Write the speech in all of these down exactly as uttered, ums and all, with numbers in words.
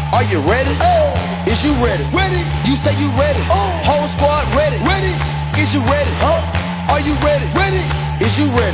Are you ready? Oh. Is you ready? Ready. You say you ready. Oh. Whole squad ready. Ready. Is you ready? Oh. Are you ready? Ready. Is you ready?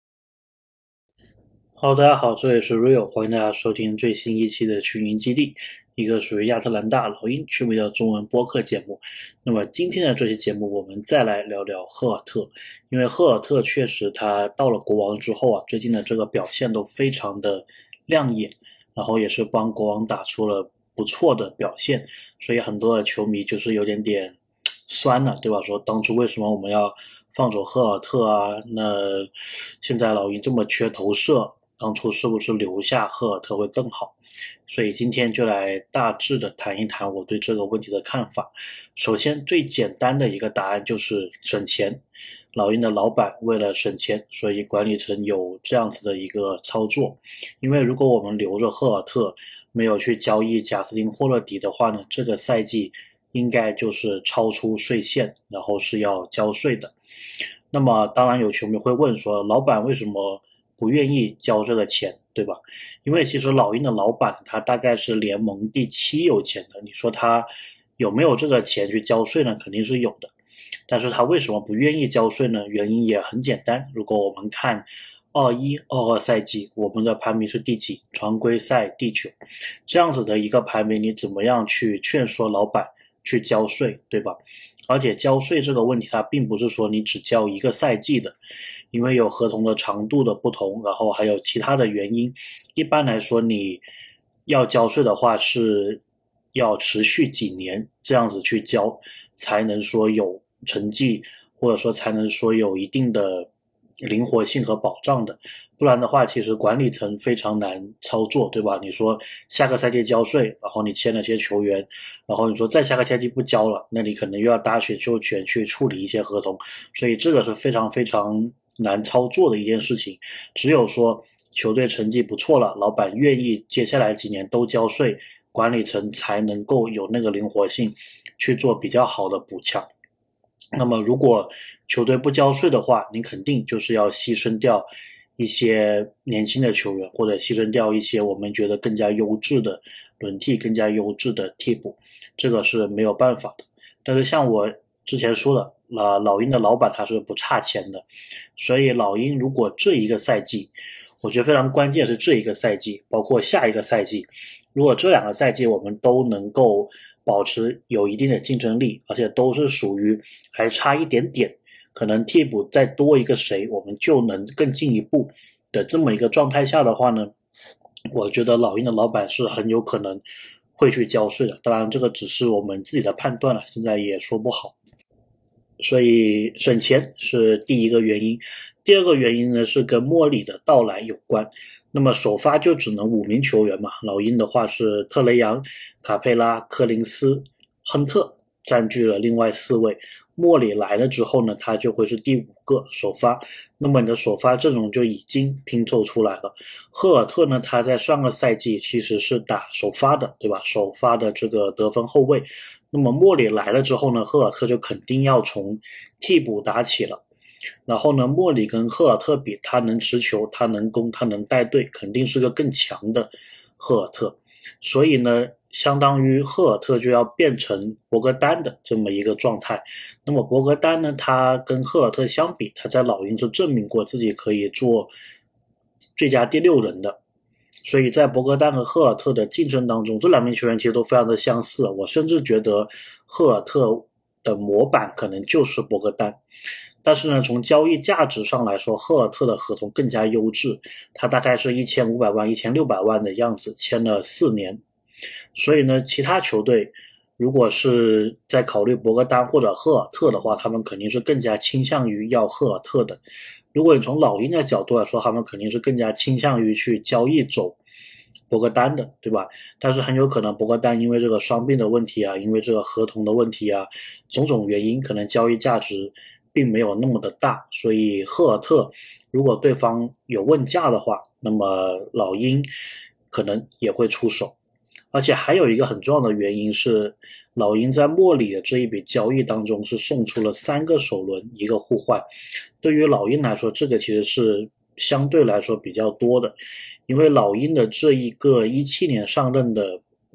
Hello， 大家好，这里是 Rio， 欢迎大家收听最新一期的群英基地，一个属于亚特兰大老鹰球迷的中文播客节目。那么今天的这期节目，我们再来聊聊赫尔特，因为赫尔特确实他到了国王之后啊，最近的这个表现都非常的亮眼，然后也是帮国王打出了不错的表现，所以很多的球迷就是有点点酸了，对吧？说当初为什么我们要放走赫尔特啊？那现在老鹰这么缺投射，当初是不是留下赫尔特会更好？所以今天就来大致的谈一谈我对这个问题的看法。首先最简单的一个答案就是省钱，老鹰的老板为了省钱，所以管理层有这样子的一个操作。因为如果我们留着赫尔特，没有去交易贾斯汀霍勒迪的话呢，这个赛季应该就是超出税线，然后是要交税的。那么当然有球迷会问说，老板为什么不愿意交这个钱，对吧？因为其实老鹰的老板他大概是联盟第七有钱的，你说他有没有这个钱去交税呢？肯定是有的。但是他为什么不愿意交税呢？原因也很简单，如果我们看二一二二赛季，我们的排名是第几？常规赛第九，这样子的一个排名，你怎么样去劝说老板去交税，对吧？而且交税这个问题它并不是说你只交一个赛季的，因为有合同的长度的不同，然后还有其他的原因。一般来说你要交税的话是要持续几年这样子去交，才能说有成绩，或者说才能说有一定的灵活性和保障的。不然的话其实管理层非常难操作，对吧？你说下个赛季交税，然后你签了些球员，然后你说再下个赛季不交了，那你可能又要搭选秀权去处理一些合同，所以这个是非常非常难操作的一件事情。只有说球队成绩不错了，老板愿意接下来几年都交税，管理层才能够有那个灵活性去做比较好的补强。那么如果球队不交税的话，你肯定就是要牺牲掉一些年轻的球员，或者牺牲掉一些我们觉得更加优质的轮替，更加优质的替补，这个是没有办法的。但是像我之前说的，老老鹰的老板他是不差钱的，所以老鹰如果这一个赛季，我觉得非常关键是这一个赛季，包括下一个赛季，如果这两个赛季我们都能够保持有一定的竞争力，而且都是属于还差一点点，可能替补再多一个谁我们就能更进一步的这么一个状态下的话呢，我觉得老鹰的老板是很有可能会去交税的。当然这个只是我们自己的判断了，现在也说不好。所以省钱是第一个原因。第二个原因呢是跟莫里的到来有关。那么首发就只能五名球员嘛，老鹰的话是特雷杨、卡佩拉、柯林斯、亨特占据了另外四位。莫里来了之后呢，他就会是第五个首发，那么你的首发阵容就已经拼凑出来了。赫尔特呢，他在上个赛季其实是打首发的，对吧？首发的这个得分后卫。那么莫里来了之后呢，赫尔特就肯定要从替补打起了。然后呢，莫里跟赫尔特比，他能持球，他能攻，他能带队，肯定是个更强的赫尔特。所以呢，相当于赫尔特就要变成博格丹的这么一个状态。那么博格丹呢，他跟赫尔特相比，他在老鹰是证明过自己可以做最佳第六人的。所以在博格丹和赫尔特的竞争当中，这两名球员其实都非常的相似。我甚至觉得赫尔特的模板可能就是博格丹。但是呢，从交易价值上来说，赫尔特的合同更加优质，他大概是一千五百万、一千六百万的样子，签了四年。所以呢，其他球队如果是在考虑博格丹或者赫尔特的话，他们肯定是更加倾向于要赫尔特的。如果你从老鹰的角度来说，他们肯定是更加倾向于去交易走博格丹的，对吧？但是很有可能博格丹因为这个伤病的问题啊，因为这个合同的问题啊，种种原因，可能交易价值并没有那么的大，所以赫尔特如果对方有问价的话，那么老鹰可能也会出手。而且还有一个很重要的原因是，老鹰在莫里的这一笔交易当中是送出了三个首轮一个互换。对于老鹰来说，这个其实是相对来说比较多的，因为老鹰的这一个一七年上任的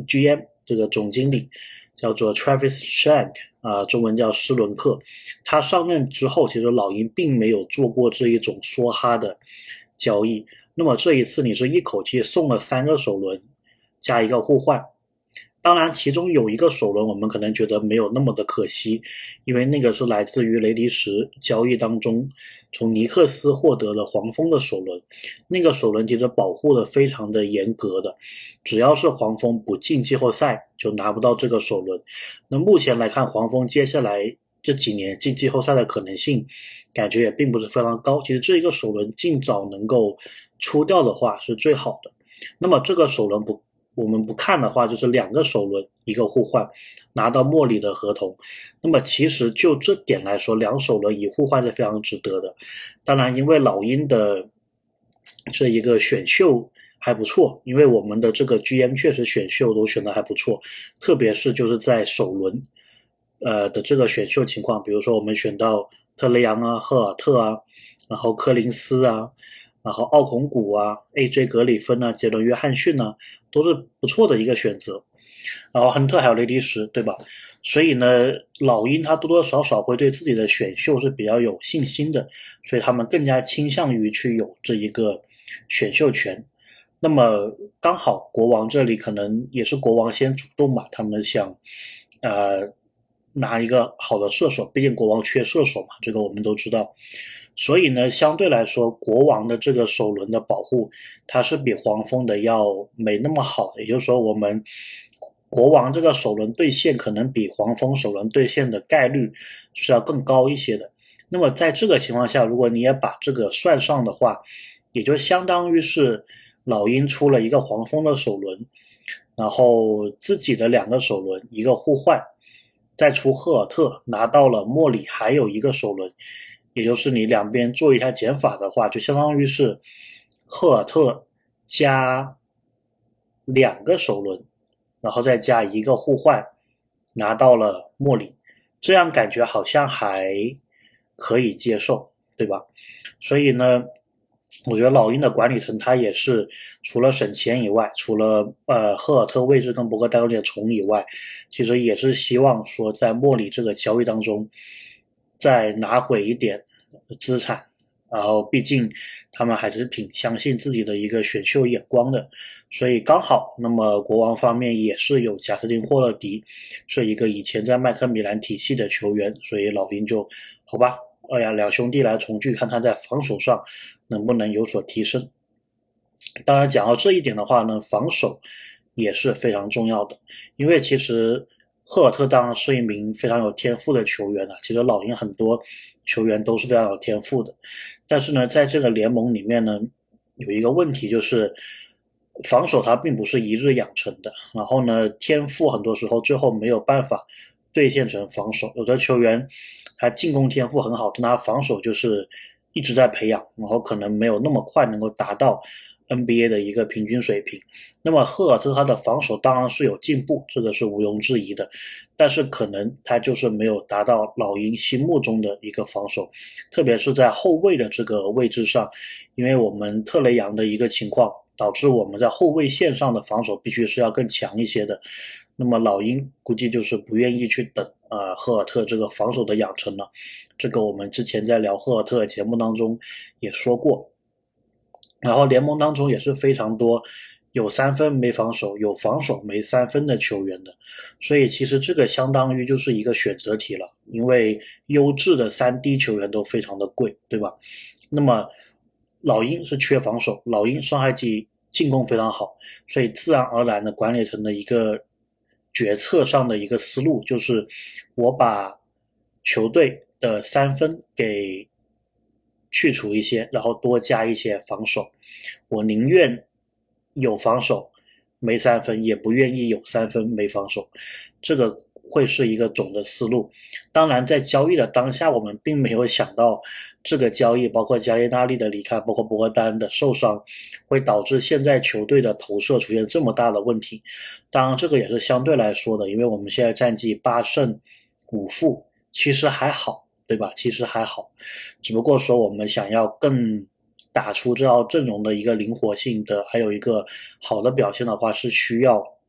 G M 这个总经理叫做 Travis Shank 啊、呃，中文叫施伦克。他上任之后，其实老鹰并没有做过这一种梭哈的交易。那么这一次你是一口气送了三个首轮加一个互换。当然其中有一个首轮我们可能觉得没有那么的可惜，因为那个是来自于雷迪什交易当中从尼克斯获得了黄蜂的首轮，那个首轮其实保护的非常的严格的，只要是黄蜂不进季后赛就拿不到这个首轮。那目前来看黄蜂接下来这几年进季后赛的可能性感觉也并不是非常高，其实这一个首轮尽早能够出掉的话是最好的。那么这个首轮不我们不看的话，就是两个首轮一个互换拿到莫里的合同。那么其实就这点来说，两首轮一互换是非常值得的。当然因为老鹰的这一个选秀还不错，因为我们的这个 G M 确实选秀都选得还不错，特别是就是在首轮呃的这个选秀情况，比如说我们选到特雷杨啊、赫尔特啊，然后柯林斯啊，然后奥孔古啊、A J 格里芬啊、杰伦约翰逊啊，都是不错的一个选择。然后亨特还有雷迪什，对吧？所以呢，老鹰他多多少少会对自己的选秀是比较有信心的，所以他们更加倾向于去有这一个选秀权。那么刚好国王这里可能也是国王先主动嘛，他们想呃拿一个好的射手，毕竟国王缺射手嘛，这个我们都知道。所以呢，相对来说国王的这个首轮的保护它是比黄蜂的要没那么好的，也就是说我们国王这个首轮兑现可能比黄蜂首轮兑现的概率是要更高一些的。那么在这个情况下，如果你也把这个算上的话，也就相当于是老鹰出了一个黄蜂的首轮，然后自己的两个首轮一个互换，再出赫尔特拿到了莫里还有一个首轮，也就是你两边做一下减法的话，就相当于是赫尔特加两个首轮，然后再加一个互换，拿到了莫里，这样感觉好像还可以接受，对吧？所以呢，我觉得老鹰的管理层他也是除了省钱以外，除了呃赫尔特位置跟博格丹有点重以外，其实也是希望说在莫里这个交易当中再拿回一点资产，然后毕竟他们还是挺相信自己的一个选秀眼光的，所以刚好那么国王方面也是有贾斯汀霍勒迪，是一个以前在麦克米兰体系的球员，所以老鹰就好吧，哎呀，两兄弟来重聚，看他在防守上能不能有所提升。当然讲到这一点的话呢，防守也是非常重要的，因为其实赫尔特当然是一名非常有天赋的球员啊，其实老鹰很多球员都是非常有天赋的，但是呢在这个联盟里面呢有一个问题，就是防守它并不是一日养成的，然后呢天赋很多时候最后没有办法兑现成防守，有的球员他进攻天赋很好，但他防守就是一直在培养，然后可能没有那么快能够达到 N B A 的一个平均水平。那么赫尔特他的防守当然是有进步，这个是毋庸置疑的，但是可能他就是没有达到老鹰心目中的一个防守，特别是在后卫的这个位置上，因为我们特雷杨的一个情况导致我们在后卫线上的防守必须是要更强一些的，那么老鹰估计就是不愿意去等呃赫尔特这个防守的养成了，这个我们之前在聊赫尔特的节目当中也说过。然后联盟当中也是非常多有三分没防守，有防守没三分的球员的，所以其实这个相当于就是一个选择题了，因为优质的 三 D 球员都非常的贵，对吧？那么老鹰是缺防守，老鹰上赛季进攻非常好，所以自然而然的管理层的一个决策上的一个思路就是我把球队的三分给去除一些，然后多加一些防守，我宁愿有防守没三分，也不愿意有三分没防守，这个会是一个总的思路。当然在交易的当下我们并没有想到这个交易包括加列纳利的离开，包括博格丹的受伤，会导致现在球队的投射出现这么大的问题。当然这个也是相对来说的，因为我们现在战绩八胜五负，其实还好，对吧？其实还好，只不过说我们想要更打出这套阵容的一个灵活性的，还有一个好的表现的话，是需要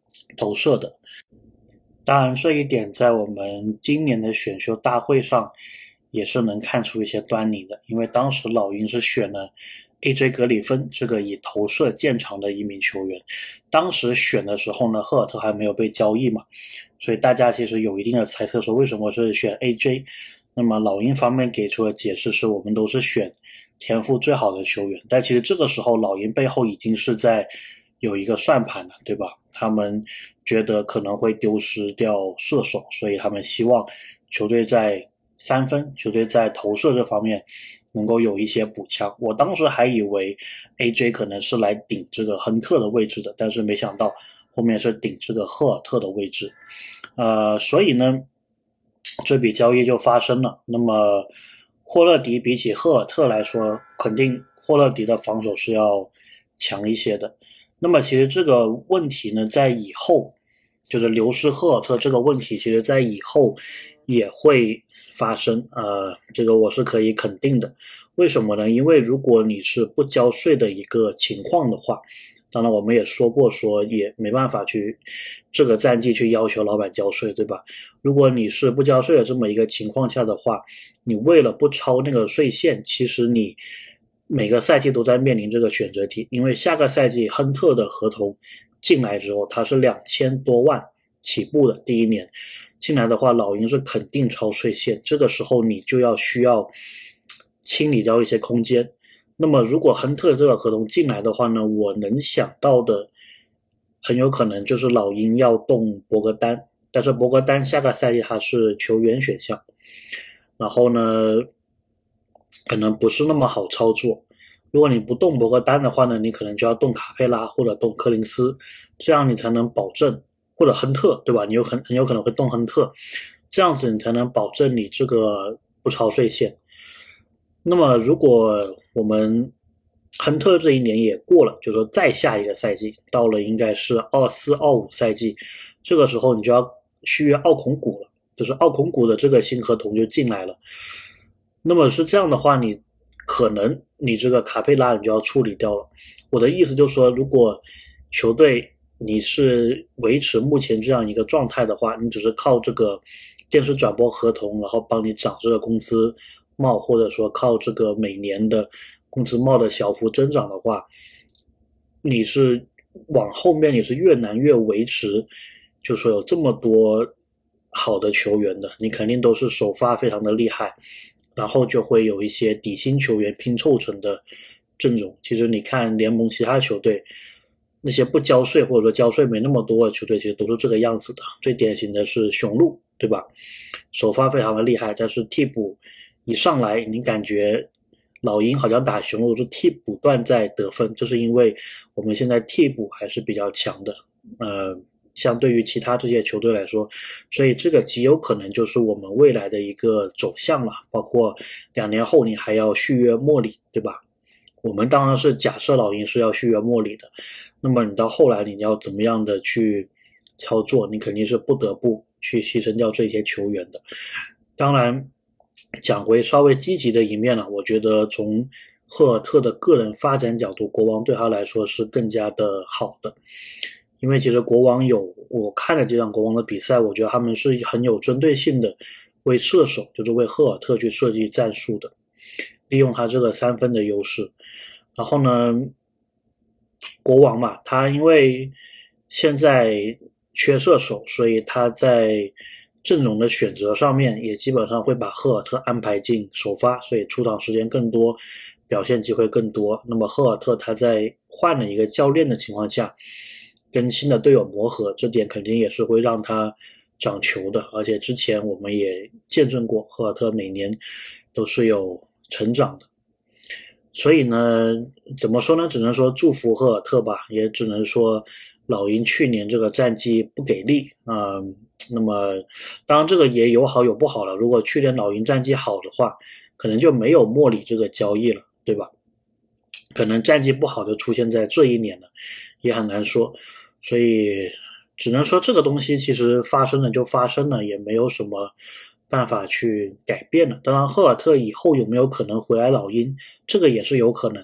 投射的。当然这一点在我们今年的选秀大会上也是能看出一些端倪的，因为当时老鹰是选了 A J 格里芬这个以投射见长的一名球员，当时选的时候呢，赫尔特还没有被交易嘛，所以大家其实有一定的猜测说为什么是选 A J。 那么老鹰方面给出的解释是我们都是选天赋最好的球员，但其实这个时候老鹰背后已经是在有一个算盘了，对吧？他们觉得可能会丢失掉射手，所以他们希望球队在三分，球队在投射这方面能够有一些补强。我当时还以为 A J 可能是来顶这个亨特的位置的，但是没想到后面是顶这个赫尔特的位置。呃，所以呢这笔交易就发生了。那么霍勒迪比起赫尔特来说，肯定霍勒迪的防守是要强一些的。那么其实这个问题呢，在以后就是流失赫尔特这个问题，其实在以后也会发生，呃，这个我是可以肯定的。为什么呢？因为如果你是不交税的一个情况的话，当然我们也说过说也没办法去这个战绩去要求老板交税，对吧？如果你是不交税的这么一个情况下的话，你为了不超那个税线，其实你每个赛季都在面临这个选择题。因为下个赛季亨特的合同进来之后，他是两千多万起步的，第一年进来的话，老鹰是肯定超税线，这个时候你就要需要清理掉一些空间。那么如果亨特这个合同进来的话呢，我能想到的很有可能就是老鹰要动博格丹，但是博格丹下个赛季他是球员选项，然后呢可能不是那么好操作。如果你不动博格丹的话呢，你可能就要动卡佩拉或者动柯林斯，这样你才能保证，或者亨特，对吧？你有很很有可能会动亨特，这样子你才能保证你这个不超税线。那么如果我们亨特这一年也过了，就是说再下一个赛季到了应该是二四二五赛季，这个时候你就要续约奥孔古了，就是奥孔古的这个新合同就进来了。那么是这样的话，你可能你这个卡佩拉你就要处理掉了。我的意思就是说，如果球队你是维持目前这样一个状态的话，你只是靠这个电视转播合同然后帮你涨这个工资帽，或者说靠这个每年的工资帽的小幅增长的话，你是往后面你是越难越维持，就说有这么多好的球员的，你肯定都是首发非常的厉害，然后就会有一些底薪球员拼凑成的阵容。其实你看联盟其他球队，那些不交税或者说交税没那么多的球队，其实都是这个样子的。最典型的是雄鹿，对吧？首发非常的厉害，但是替补一上来你感觉老鹰好像打雄鹿是替补段在得分，这是因为我们现在替补还是比较强的，呃，相对于其他这些球队来说，所以这个极有可能就是我们未来的一个走向了。包括两年后你还要续约莫里，对吧？我们当然是假设老鹰是要续约莫里的，那么你到后来你要怎么样的去操作，你肯定是不得不去牺牲掉这些球员的。当然讲回稍微积极的一面呢，我觉得从赫尔特的个人发展角度，国王对他来说是更加的好的。因为其实国王有，我看了这场国王的比赛，我觉得他们是很有针对性的为射手，就是为赫尔特去设计战术的，利用他这个三分的优势。然后呢，国王嘛，他因为现在缺射手，所以他在阵容的选择上面也基本上会把赫尔特安排进首发，所以出场时间更多，表现机会更多。那么赫尔特他在换了一个教练的情况下，跟新的队友磨合，这点肯定也是会让他长球的。而且之前我们也见证过赫尔特每年都是有成长的。所以呢，怎么说呢，只能说祝福赫尔特吧，也只能说老鹰去年这个战绩不给力啊、呃。那么当然这个也有好有不好了，如果去年老鹰战绩好的话，可能就没有莫里这个交易了，对吧？可能战绩不好就出现在这一年了，也很难说。所以只能说这个东西其实发生了就发生了，也没有什么办法去改变了。当然赫尔特以后有没有可能回来老鹰，这个也是有可能的，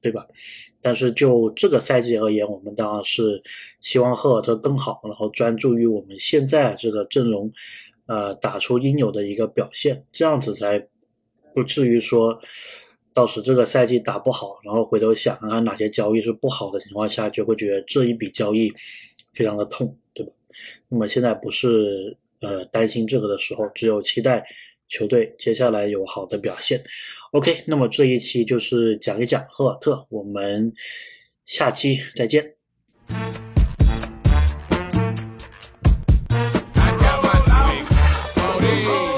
对吧？但是就这个赛季而言，我们当然是希望赫尔特更好，然后专注于我们现在这个阵容呃，打出应有的一个表现，这样子才不至于说到时这个赛季打不好，然后回头想啊哪些交易是不好的情况下，就会觉得这一笔交易非常的痛，对吧？那么现在不是呃担心这个的时候，只有期待球队接下来有好的表现。OK， 那么这一期就是讲一讲赫尔特，我们下期再见。 I got my